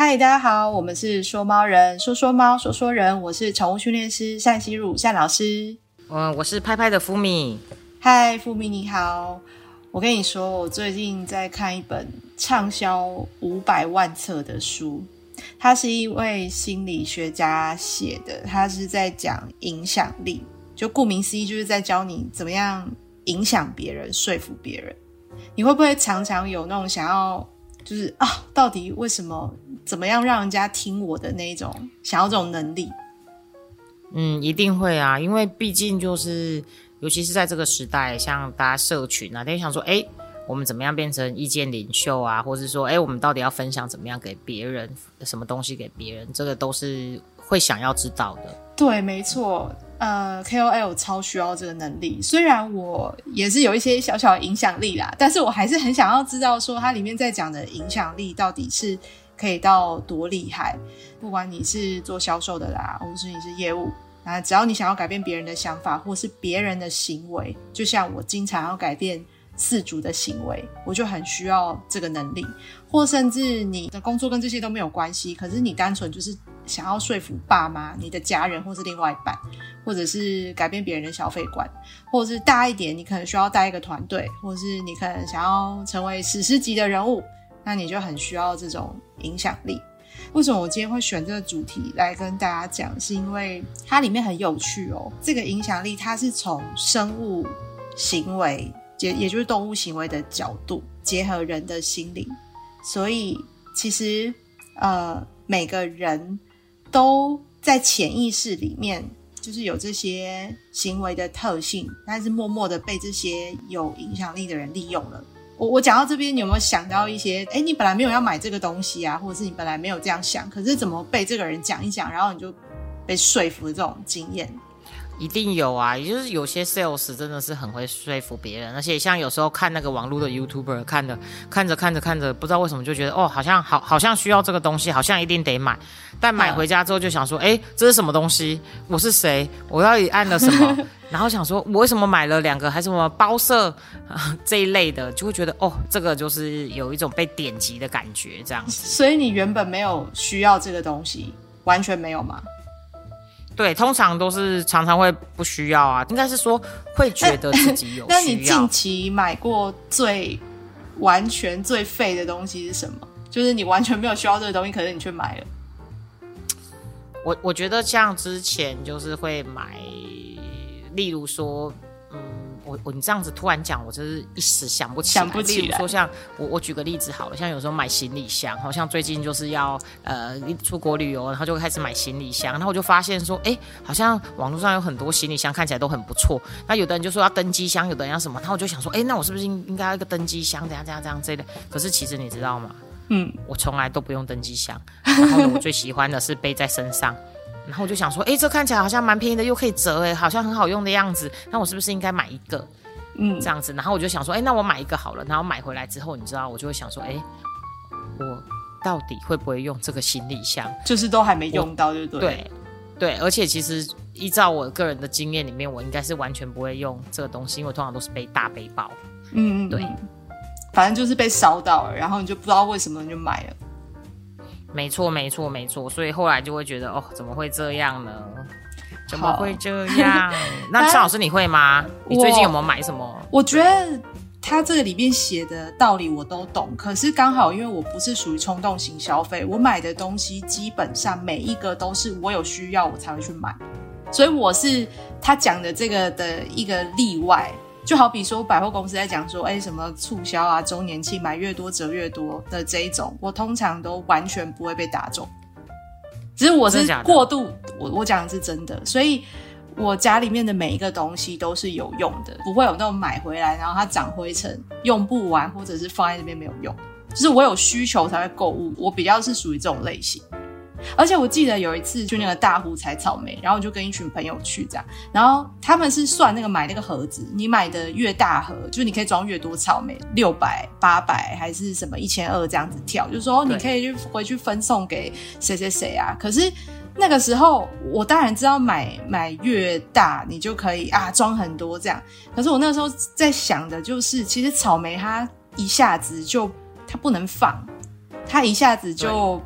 嗨，大家好，我们是说猫人，说说猫，说说人，我是宠物训练师单希儒单老师。 我是拍拍的福米。 嗨，福米你好。我跟你说，我最近在看一本畅销500万册的书，它是一位心理学家写的，他是在讲影响力，就顾名思义就是在教你怎么样影响别人，说服别人。你会不会常常有那种想要就是到底为什么怎么样让人家听我的那一种想要这种能力？ 一定会啊，因为毕竟就是尤其是在这个时代，像大家社群啊，大家想说我们怎么样变成意见领袖啊，或是说我们到底要分享怎么样给别人什么东西给别人，这个都是会想要知道的。 对，没错。KOL 超需要这个能力，虽然我也是有一些小小的影响力啦，但是我还是很想要知道说它里面在讲的影响力到底是可以到多厉害。不管你是做销售的啦，或是你是业务，只要你想要改变别人的想法或是别人的行为，就像我经常要改变饲主的行为，我就很需要这个能力。或甚至你的工作跟这些都没有关系，可是你单纯就是想要说服爸妈、你的家人或是另外一半，或者是改变别人的消费观，或者是大一点你可能需要带一个团队，或者是你可能想要成为史诗级的人物，那你就很需要这种影响力。为什么我今天会选这个主题来跟大家讲，是因为它里面很有趣哦。这个影响力它是从生物行为也就是动物行为的角度结合人的心理，所以其实每个人都在潜意识里面就是有这些行为的特性，但是默默的被这些有影响力的人利用了。我讲到这边，你有没有想到一些你本来没有要买这个东西啊，或者是你本来没有这样想，可是怎么被这个人讲一讲，然后你就被说服的这种经验？ 一定有啊，也就是有些 sales 真的是很会说服别人，而且像有时候看那个网络的 YouTuber， 看着不知道为什么就觉得好像需要这个东西，好像一定得买，但买回家之后就想说这是什么东西，我是谁，我到底按了什么然后想说我为什么买了2个，还是什么包色这一类的，就会觉得这个就是有一种被点击的感觉这样子。 所以你原本没有需要这个东西，完全没有吗？ 对，通常都是常会不需要啊，应该是说会觉得自己有需要。 那你近期买过完全最废的东西是什么？就是你完全没有需要这个东西，可是你却买了。 我觉得像之前就是会买，例如说你这样子突然讲，我就是一时想不起来。例如说像我举个例子好了，像有时候买行李箱，好像最近就是要出国旅游，然后就开始买行李箱，然后我就发现说好像网络上有很多行李箱看起来都很不错，那有的人就说要登机箱，有的人要什么，然后我就想说那我是不是应该要一个登机箱，怎样这类的。可是其实你知道吗？我从来都不用登机箱，然后呢我最喜欢的是背在身上。然后我就想说这看起来好像蛮便宜的，又可以折好像很好用的样子，那我是不是应该买一个这样子？然后我就想说那我买一个好了。然后买回来之后，你知道我就会想说我到底会不会用这个行李箱，就是都还没用到，对不对？ 对，而且其实依照我个人的经验里面，我应该是完全不会用这个东西，因为我通常都是背大背包。对， 反正就是被烧到了，然后你就不知道为什么你就买了。 没错，所以后来就会觉得怎么会这样呢？怎么会这样？那张老师你会吗？你最近有没有买什么？ 我觉得他这个里面写的道理我都懂，可是刚好因为我不是属于冲动型消费，我买的东西基本上每一个都是我有需要我才会去买，所以我是他讲的这个的一个例外。就好比说百货公司在讲说什么促销啊，周年庆买越多折越多的这一种，我通常都完全不会被打中。只是我是过度，我讲的是真的，所以我家里面的每一个东西都是有用的，不会有那种买回来然后它长灰尘用不完，或者是放在那边没有用，就是我有需求才会购物，我比较是属于这种类型。而且我记得有一次去那个大湖采草莓，然后我就跟一群朋友去这样，然后他们是算那个买那个盒子，你买的越大盒就你可以装越多草莓，600、800还是什么1200这样子跳，就是说你可以回去分送给谁谁谁啊。可是那个时候我当然知道买越大你就可以装很多这样，可是我那时候在想的就是其实草莓它一下子就它不能放，它一下子就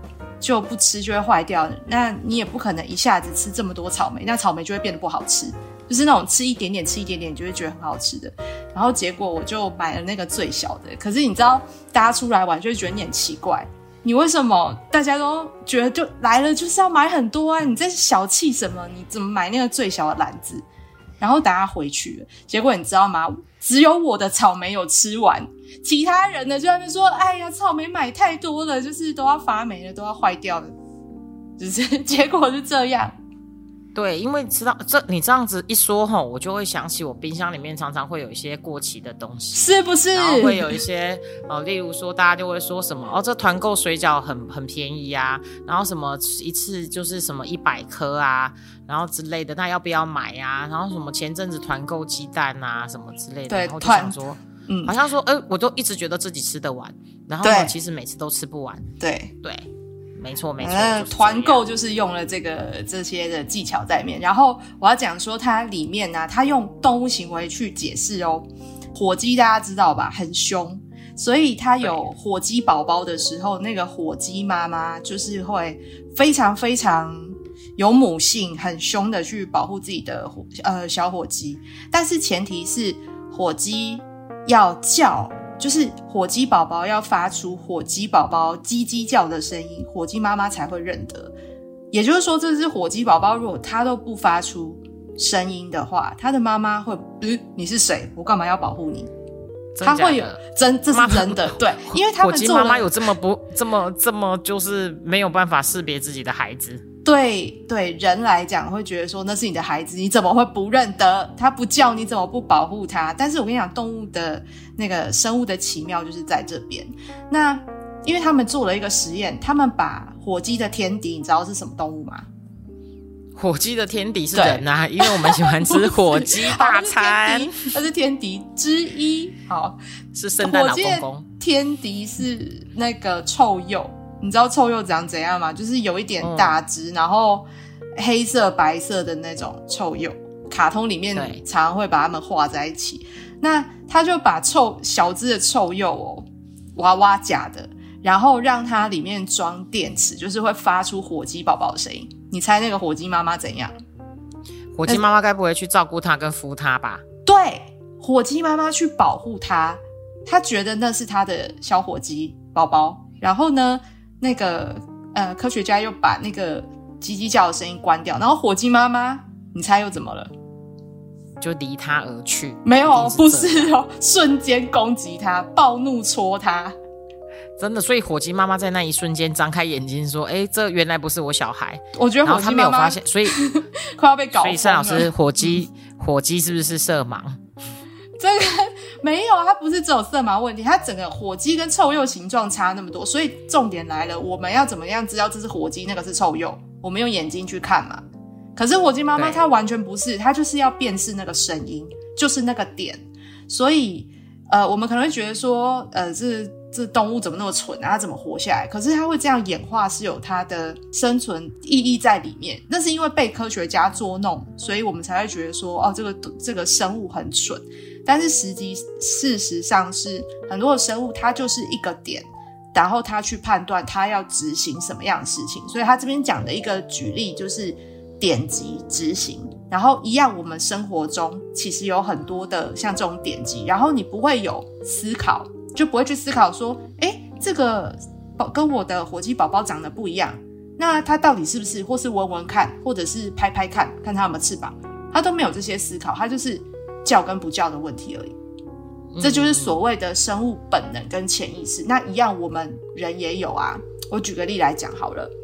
就不吃就会坏掉，那你也不可能一下子吃这么多草莓，那草莓就会变得不好吃，就是那种吃一点点吃一点点你就会觉得很好吃的。然后结果我就买了那个最小的，可是你知道大家出来玩就会觉得你很奇怪，你为什么大家都觉得就来了就是要买很多啊，你在小气什么，你怎么买那个最小的篮子？然后大家回去了，结果你知道吗，只有我的草莓有吃完，其他人呢就在那边说哎呀草莓买太多了，就是都要发霉了，都要坏掉了，就是结果是这样。 对，因为知道你这样子一说吼，我就会想起我冰箱里面常常会有一些过期的东西， 是不是？ 然后会有一些例如说大家就会说什么这团购水饺很便宜啊，然后什么一次就是什么100颗啊，然后之类的，那要不要买啊？然后什么前阵子团购鸡蛋啊什么之类的， 对， 然后就想说好像说我都一直觉得自己吃得完，然后其实每次都吃不完。对对，没错没错， 团购就是用了这些的技巧在里面。然后我要讲说它里面呢，它用动物行为去解释哦。火鸡大家知道吧，很凶，所以它有火鸡宝宝的时候，那个火鸡妈妈就是会非常非常有母性，很凶的去保护自己的小火鸡，但是前提是火鸡要叫，就是火鸡宝宝要发出火鸡宝宝叽叽叫的声音，火鸡妈妈才会认得。也就是说，这只火鸡宝宝如果它都不发出声音的话，它的妈妈会你是谁？我干嘛要保护你？它会有这是真的，对，因为他们火鸡妈妈有这么就是没有办法识别自己的孩子。 对，人来讲会觉得说那是你的孩子，你怎么会不认得？他不叫你怎么不保护他？但是我跟你讲，动物的那个生物的奇妙就是在这边。那因为他们做了一个实验，他们把火鸡的天敌，你知道是什么动物吗？ 火鸡的天敌是人啊，因为我们喜欢吃火鸡大餐。 它是天敌之一。好， 是圣诞老公公。 天敌是那个臭鼬。你知道臭鼬长怎样吗？就是有一点大只，然后黑色白色的那种臭鼬，卡通里面常常会把它们画在一起。那他就把小只的臭鼬娃娃假的，然后让它里面装电池，就是会发出火鸡宝宝的声音。你猜那个火鸡妈妈怎样？ 火鸡妈妈该不会去照顾它跟孵它吧？ 对，火鸡妈妈去保护它，她觉得那是她的小火鸡宝宝。然后呢，那个科学家又把那个叽叽叫的声音关掉，然后火鸡妈妈，你猜又怎么了？ 就离它而去。 没有，不是哦，瞬间攻击它，暴怒戳它。 真的，所以火鸡妈妈在那一瞬间张开眼睛说：“这原来不是我小孩。” 我觉得火鸡妈妈，然后他没有发现，所以快要被搞疯了。 所以单老师，火鸡是不是色盲？ 这个没有，它不是只有色盲问题，它整个火鸡跟臭鼬形状差那么多，所以重点来了，我们要怎么样知道这是火鸡，那个是臭鼬？我们用眼睛去看嘛。可是火鸡妈妈它完全不是，它就是要辨识那个声音，就是那个点。所以我们可能会觉得说这动物怎么那么蠢啊，它怎么活下来？可是它会这样演化是有它的生存意义在里面，那是因为被科学家捉弄，所以我们才会觉得说这个生物很蠢。但是事实上是很多的生物它就是一个点，然后它去判断它要执行什么样的事情。所以他这边讲的一个举例就是点击执行，然后一样我们生活中其实有很多的像这种点击，然后你不会有思考，就不会去思考说这个跟我的火鸡宝宝长得不一样，那它到底是不是，或是闻闻看，或者是拍拍看看它有没有翅膀，它都没有这些思考，它就是叫跟不叫的问题而已。这就是所谓的生物本能跟潜意识。那一样我们人也有啊。我举个例来讲好了，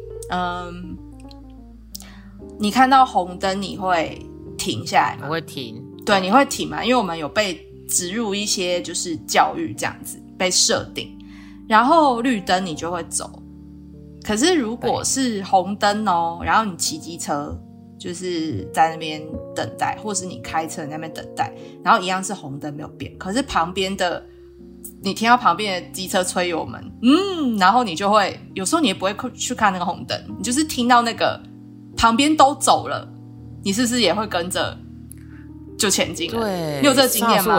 你看到红灯你会停下来吗？ 我会停。 对，你会停嘛？因为我们有被植入一些就是教育这样子，被设定。然后绿灯你就会走。可是如果是红灯然后你骑机车就是在那边等待，或是你开车在那边等待，然后一样是红灯没有变，可是旁边的你听到旁边的机车催油门然后你就会有时候你也不会去看那个红灯，你就是听到那个旁边都走了，你是不是也会跟着就前进了？ 对， 你有这个经验吗？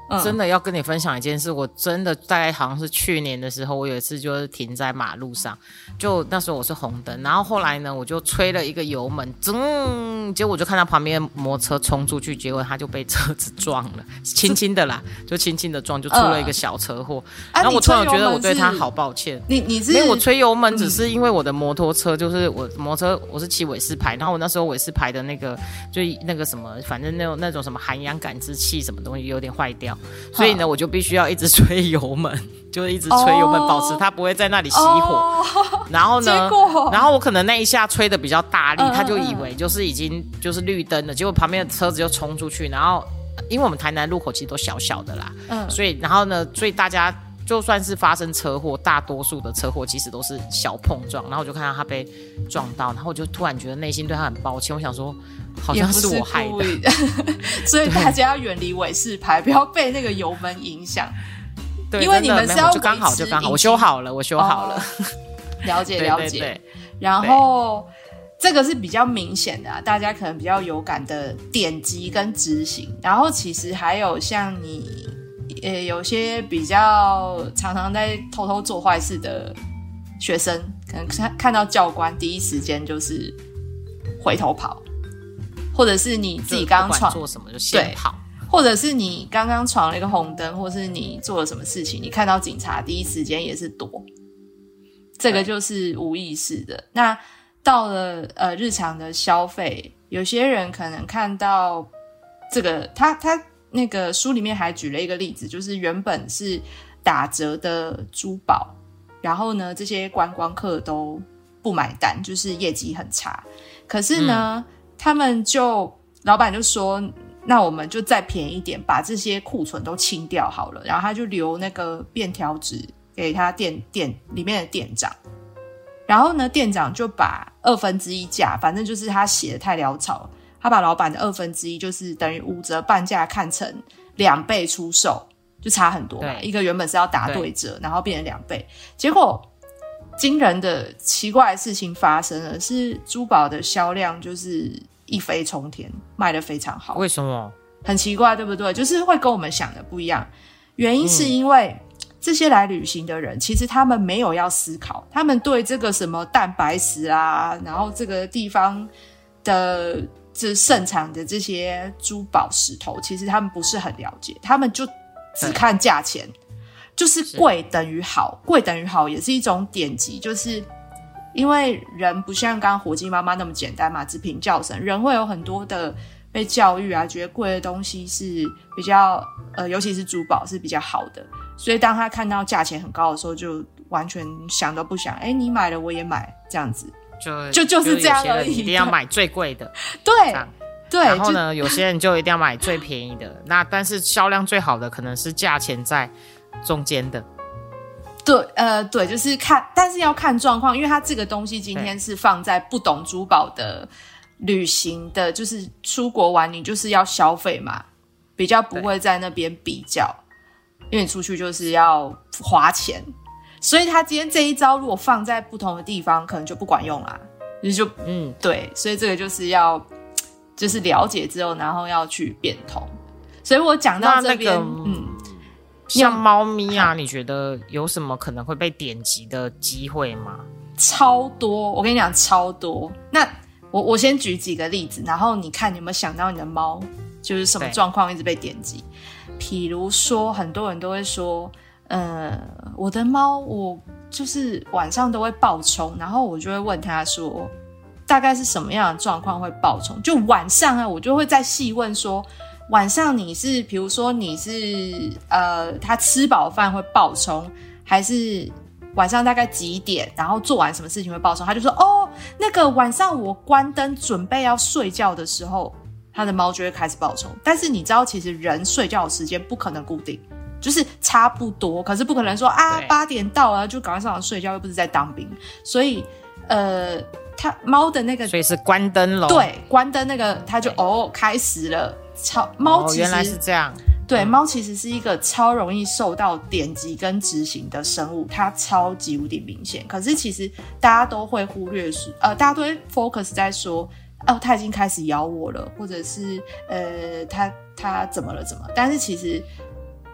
真的要跟你分享一件事，我真的大概好像是去年的时候，我有一次就是停在马路上，就那时候我是红灯，然后后来呢我就吹了一个油门，结果我就看到旁边摩托车冲出去，结果他就被车子撞了，轻轻的啦，就轻轻的撞，就出了一个小车祸。然后我突然觉得我对他好抱歉。 你是？ 因为我吹油门只是因为我的摩托车就是我摩托车我是骑韦氏牌，然后我那时候韦氏牌的那个就那个什么，反正那种什么含氧感知器什么东西有点坏掉。所以呢，我就必须要一直吹油门，就是一直吹油门，保持它不会在那里熄火。然后呢，然后我可能那一下吹的比较大力，他就以为就是已经就是绿灯了，结果旁边的车子就冲出去。然后，因为我们台南路口其实都小小的啦，所以然后呢，所以大家就算是发生车祸，大多数的车祸其实都是小碰撞。然后我就看到他被撞到，然后我就突然觉得内心对他很抱歉，我想说。好像是我害的， 所以大家要远离韦氏牌，不要被那个油门影响。 对， 因为你们是要就刚好，我修好了， 了解了解。对，然后这个是比较明显的大家可能比较有感的点击跟执行。然后其实还有像你有些比较常常在偷偷做坏事的学生，可能看到教官第一时间就是回头跑。或者是你自己刚刚闯做什么就先跑， 或者是你刚刚闯了一个红灯，或是你做了什么事情，你看到警察第一时间也是躲，这个就是无意识的。那到了日常的消费，有些人可能看到这个，他那个书里面还举了一个例子，就是原本是打折的珠宝，然后呢这些观光客都不买单，就是业绩很差，可是呢他们老板就说那我们就再便宜一点，把这些库存都清掉好了，然后他就留那个便条纸给他店里面的店长，然后呢店长就把1/2价，反正就是他写的太潦草，他把老板的1/2就是等于5折半价看成2倍出售，就差很多嘛，一个原本是要打对折，然后变成2倍，结果惊人的奇怪的事情发生了，是珠宝的销量就是一飞冲天，卖得非常好。 为什么？ 很奇怪对不对？就是会跟我们想的不一样，原因是因为这些来旅行的人其实他们没有要思考，他们对这个什么蛋白石啊，然后这个地方的这盛产的这些珠宝石头其实他们不是很了解，他们就只看价钱，就是贵等于好，贵等于好也是一种典籍，就是因为人不像刚刚火鸡妈妈那么简单嘛，只凭叫声，人会有很多的被教育啊，觉得贵的东西是比较尤其是珠宝是比较好的，所以当他看到价钱很高的时候，就完全想都不想，你买了我也买，这样子就是这样而已， 一定要买最贵的， 对对， 然后呢有些人就一定要买最便宜的，那但是销量最好的可能是价钱在中间的。 对，就是看，但是要看状况，因为它这个东西今天是放在不懂珠宝的旅行的，就是出国玩你就是要消费嘛，比较不会在那边比较，因为你出去就是要花钱，所以他今天这一招如果放在不同的地方可能就不管用啦，对，所以这个就是要就是了解之后然后要去变通，所以我讲到这边像猫咪啊，你觉得有什么可能会被点击的机会吗？ 超多，我跟你讲超多。那我先举几个例子，然后你看你有没有想到你的猫就是什么状况一直被点击。比如说很多人都会说我的猫我就是晚上都会暴冲，然后我就会问他说大概是什么样的状况会暴冲，就晚上我就会再细问说晚上你是比如说你是他吃饱饭会暴冲，还是晚上大概几点然后做完什么事情会暴冲，他就说那个晚上我关灯准备要睡觉的时候他的猫就会开始暴冲。但是你知道其实人睡觉的时间不可能固定，就是差不多，可是不可能说8点到了就赶快上床睡觉，又不是在当兵，所以他猫的那个所以是关灯咯， 对，关灯那个他就开始了。猫其实原来是这样， 对，猫其实是一个超容易受到点击跟执行的生物，它超级无敌明显。可是其实大家都会忽略大家都会 focus 在说它已经开始咬我了，或者是它怎么了，但是其实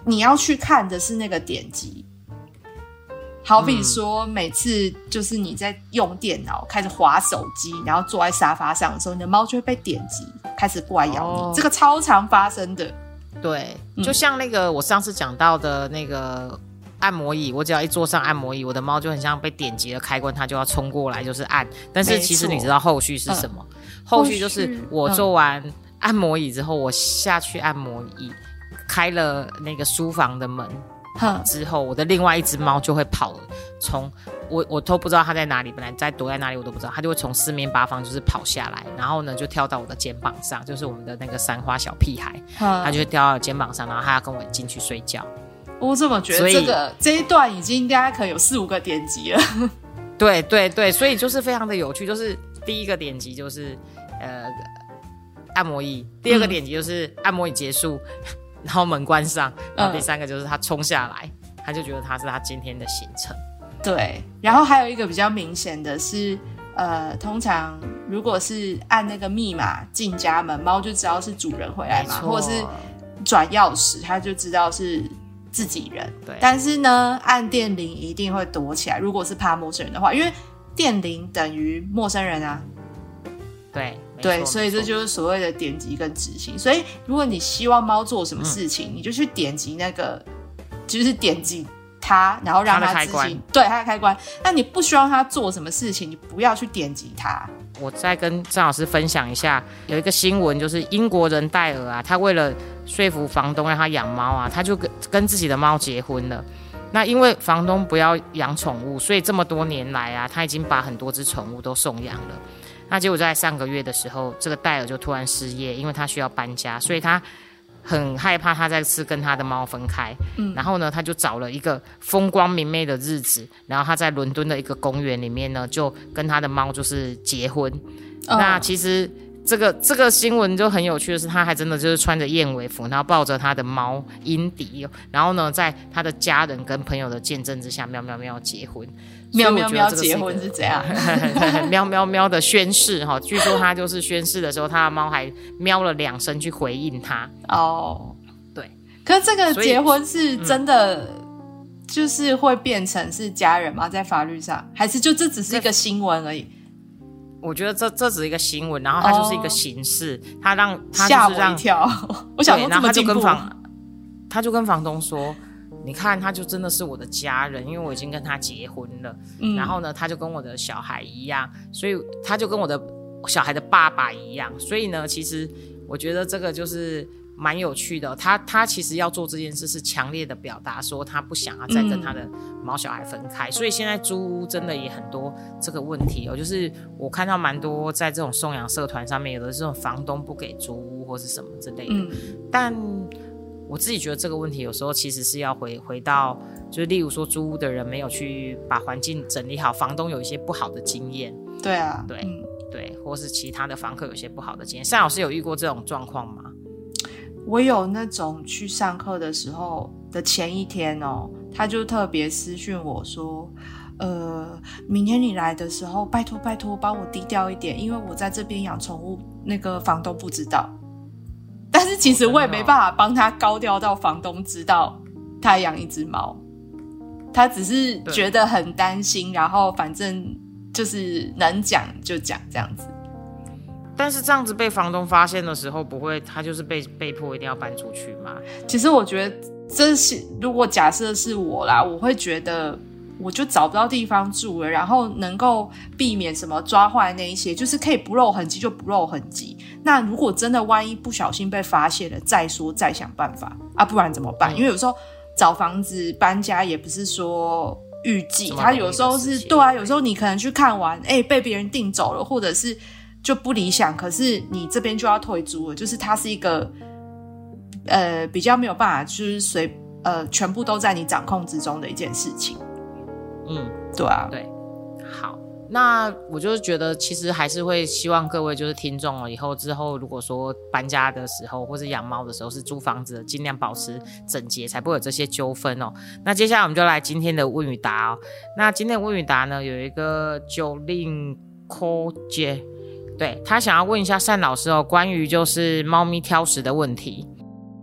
你要去看的是那个点击。好比说每次就是你在用电脑开始滑手机，然后坐在沙发上的时候，你的猫就会被点击开始过来咬你，这个超常发生的。 对，就像那个我上次讲到的那个按摩椅，我只要一坐上按摩椅，我的猫就很像被点击了开关，它就要冲过来就是按。但是其实你知道后续是什么？后续就是我做完按摩椅之后，我下去按摩椅，开了那个书房的门之后，我的另外一只猫就会跑，从我都不知道它在哪里，本来在躲在哪里我都不知道，它就会从四面八方就是跑下来，然后呢就跳到我的肩膀上，就是我们的那个三花小屁孩，它就会跳到我肩膀上，然后它要跟我进去睡觉。我怎么觉得这一段已经应该可以有4-5个点击了？ 对对对，所以就是非常的有趣，就是第一个点击就是按摩椅，第二个点击就是按摩椅结束。然后门关上，然后第三个就是他冲下来，他就觉得他是他今天的行程。 对，然后还有一个比较明显的是，通常如果是按那个密码进家门，猫就知道是主人回来嘛，或者是转钥匙，它就知道是自己人。对，但是呢，按电铃一定会躲起来。如果是怕陌生人的话，因为电铃等于陌生人啊。对，所以这就是所谓的点击跟执行。所以如果你希望猫做什么事情，你就去点击那个，就是点击它，然后让它执行，对，它的开关。那你不希望它做什么事情，你不要去点击它。 我再跟张老师分享一下，有一个新闻，就是英国人戴尔啊，他为了说服房东让他养猫啊，他就跟自己的猫结婚了。那因为房东不要养宠物，所以这么多年来啊，他已经把很多只宠物都送养了。那结果在上个月的时候，这个戴尔就突然失业，因为他需要搬家，所以他很害怕他再次跟他的猫分开。然后呢，他就找了一个风光明媚的日子，然后他在伦敦的一个公园里面呢，就跟他的猫就是结婚。那其实这个新闻就很有趣的是，他还真的就是穿着燕尾服，然后抱着他的猫英迪，然后呢，在他的家人跟朋友的见证之下，喵喵喵结婚。 喵喵喵结婚是怎样？ 喵喵喵的宣誓哈，据说他就是宣誓的时候，他的猫还喵了2声去回应他。哦，对。 可是这个结婚是真的，就是会变成是家人吗？在法律上，还是就这只是一个新闻而已？ 我觉得这只是一个新闻，然后它就是一个形式，他吓我一跳。我想说这么进步， 他就跟房东说。你看，他就真的是我的家人，因为我已经跟他结婚了。然后呢，他就跟我的小孩一样，所以他就跟我的小孩的爸爸一样。所以呢，其实我觉得这个就是蛮有趣的。他其实要做这件事是强烈的表达说他不想要再跟他的毛小孩分开。所以现在租屋真的也很多这个问题哦，就是我看到蛮多在这种送养社团上面，有的这种房东不给租屋或是什么之类的。但我自己觉得这个问题有时候其实是要回到，就是例如说租屋的人没有去把环境整理好，房东有一些不好的经验。 对啊， 对、对，或是其他的房客有一些不好的经验。单老师有遇过这种状况吗？ 我有那种去上课的时候的前一天哦，他就特别私讯我说，明天你来的时候，拜托拜托帮我低调一点，因为我在这边养宠物，那个房东不知道。但是其实我也没办法帮他高调到房东知道他养一只猫，他只是觉得很担心，然后反正就是能讲就讲这样子。 但是这样子被房东发现的时候，不会他就是被迫一定要搬出去吗？ 其实我觉得这是，如果假设是我啦，我会觉得我就找不到地方住了，然后能够避免什么抓坏那一些，就是可以不露痕迹就不露痕迹。那如果真的万一不小心被发现了，再说再想办法啊，不然怎么办？因为有时候找房子搬家也不是说预计，他有时候是对啊，有时候你可能去看完，被别人订走了，或者是就不理想，可是你这边就要退租了，就是它是一个比较没有办法就是全部都在你掌控之中的一件事情。对啊， 对，好。那我就是觉得其实还是会希望各位就是听众以后之后如果说搬家的时候或是养猫的时候是租房子的，尽量保持整洁，才不会有这些纠纷哦。那接下来我们就来今天的问与答哦。那今天的问与答呢，有一个9令扣姐，对，他想要问一下单老师哦，关于就是猫咪挑食的问题。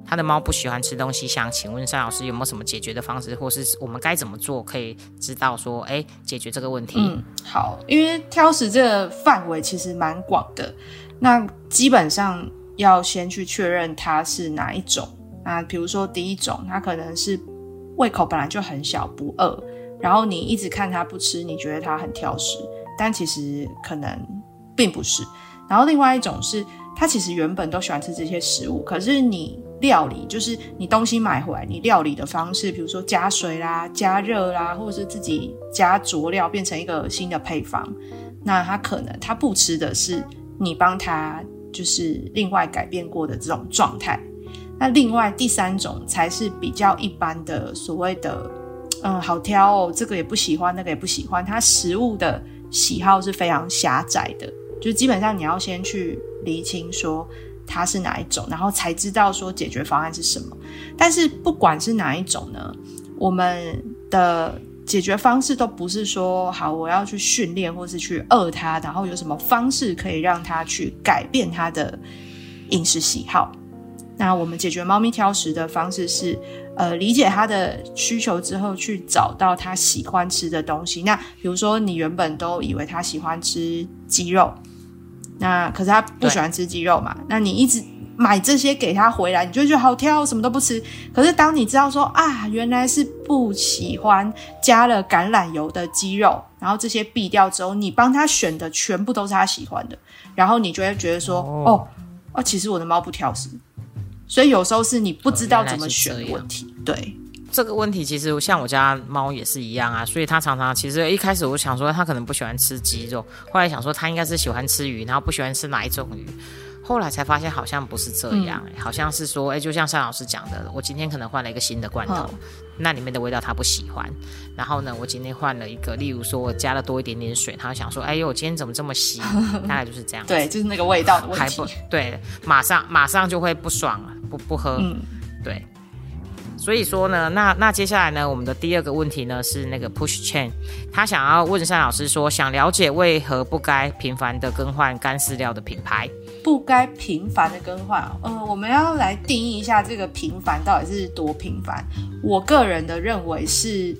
他的猫不喜欢吃东西，想请问单老师有没有什么解决的方式，或是我们该怎么做可以知道说解决这个问题。 好，因为挑食这个范围其实蛮广的，那基本上要先去确认它是哪一种。那比如说第一种，它可能是胃口本来就很小，不饿，然后你一直看它不吃，你觉得它很挑食，但其实可能并不是。然后另外一种是它其实原本都喜欢吃这些食物，可是你料理，就是你东西买回来，你料理的方式，比如说加水啦、加热啦，或者是自己加佐料变成一个新的配方，那它可能它不吃的是你帮它就是另外改变过的这种状态。那另外第三种才是比较一般的所谓的好挑哦，这个也不喜欢，那个也不喜欢，它食物的喜好是非常狭窄的，就基本上你要先去厘清说它是哪一种，然后才知道说解决方案是什么。但是不管是哪一种呢，我们的解决方式都不是说好我要去训练或是去饿它，然后有什么方式可以让它去改变它的饮食喜好。那我们解决猫咪挑食的方式是理解它的需求之后，去找到它喜欢吃的东西。那比如说你原本都以为它喜欢吃鸡肉，那可是它不喜欢吃鸡肉嘛，那你一直买这些给它回来，你就会觉得好挑，什么都不吃。可是当你知道说啊，原来是不喜欢加了橄榄油的鸡肉，然后这些避掉之后，你帮它选的全部都是它喜欢的，然后你就会觉得说其实我的猫不挑食。所以有时候是你不知道怎么选的问题。对， 这个问题其实像我家猫也是一样啊，所以它常常其实一开始我想说它可能不喜欢吃鸡肉，后来想说它应该是喜欢吃鱼，然后不喜欢吃哪一种鱼，后来才发现好像不是这样，好像是说就像单老师讲的，我今天可能换了一个新的罐头，那里面的味道它不喜欢，然后呢我今天换了一个，例如说我加了多一点点水，他会想说哎呦我今天怎么这么稀，大概就是这样子。 对，就是那个味道的问题。 对，马上就会不爽了，不喝。对。所以说呢，那接下来呢，我们的第二个问题呢是那个 Push Chain， 他想要问单老师说，想了解为何不该频繁的更换干饲料的品牌。 不该频繁的更换我们要来定义一下这个频繁到底是多频繁。我个人的认为是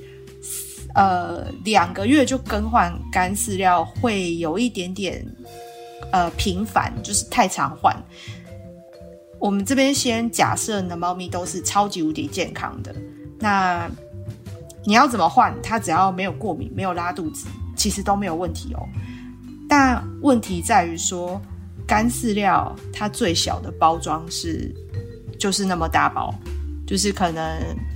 2个月就更换干饲料会有一点点频繁，就是太常换。我们这边先假设你的猫咪都是超级无敌健康的，那你要怎么换它只要没有过敏没有拉肚子其实都没有问题哦。但问题在于说干饲料它最小的包装就是那么大包，就是可能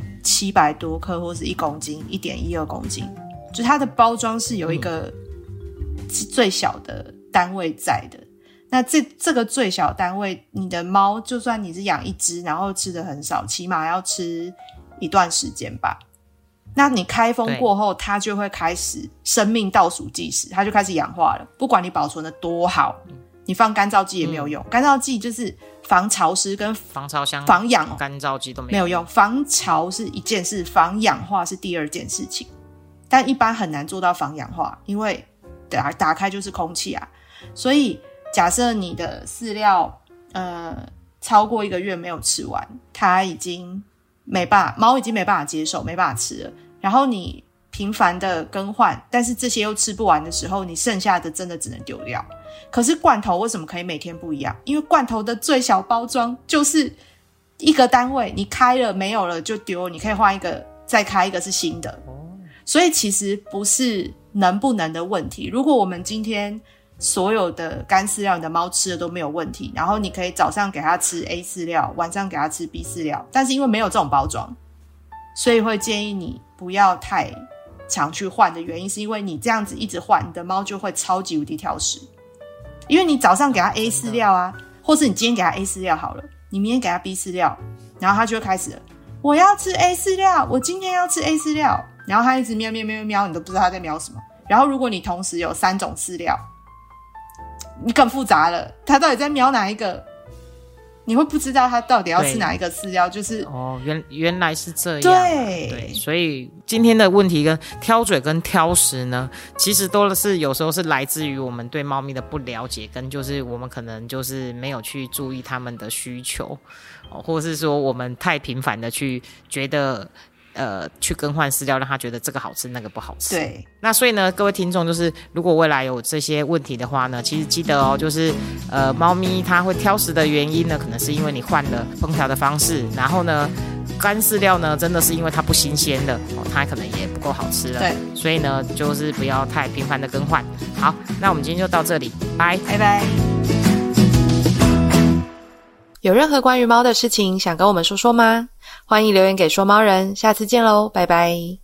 700多克或是1公斤 1.12 公斤，就它的包装是有一个最小的单位在的。那这个最小单位，你的猫就算你是养一只，然后吃的很少，起码要吃一段时间吧。那你开封过后，它就会开始生命倒数计时，它就开始氧化了。不管你保存的多好，你放干燥剂也没有用。干燥剂就是防潮湿跟防潮箱、 防氧， 干燥剂都没有用。防潮是一件事，防氧化是第二件事情。但一般很难做到防氧化，因为打开就是空气啊，所以。假设你的饲料超过1个月没有吃完，它已经猫已经没办法接受，没办法吃了，然后你频繁的更换，但是这些又吃不完的时候，你剩下的真的只能丢掉。可是罐头为什么可以每天不一样？因为罐头的最小包装就是一个单位，你开了没有了就丢，你可以换一个再开一个是新的。所以其实不是能不能的问题。如果我们今天所有的干饲料你的猫吃的都没有问题，然后你可以早上给它吃 A 饲料，晚上给它吃 B 饲料，但是因为没有这种包装，所以会建议你不要太常去换的原因是因为你这样子一直换，你的猫就会超级无敌挑食。因为你早上给它 A 饲料啊，或是你今天给它 A 饲料好了，你明天给它 B 饲料，然后它就会开始了，我要吃 A 饲料，我今天要吃 A 饲料，然后它一直喵喵喵喵，你都不知道它在喵什么。然后如果你同时有3种饲料，你更复杂了，他到底在瞄哪一个？ 你会不知道它到底要吃哪一个饲料，就是原来是这样。 对， 所以今天的问题跟挑嘴跟挑食呢，其实都是有时候是来自于我们对猫咪的不了解，跟就是我们可能就是没有去注意它们的需求，或是说我们太频繁的去觉得去更换饲料，让他觉得这个好吃那个不好吃。 对， 那所以呢，各位听众，就是如果未来有这些问题的话呢，其实记得哦，就是猫咪它会挑食的原因呢，可能是因为你换了烹调的方式，然后呢，干饲料呢，真的是因为它不新鲜了，它可能也不够好吃了。 对， 所以呢，就是不要太频繁的更换。好，那我们今天就到这里，拜拜。有任何关于猫的事情想跟我们说说吗？欢迎留言给说猫人，下次见喽，拜拜。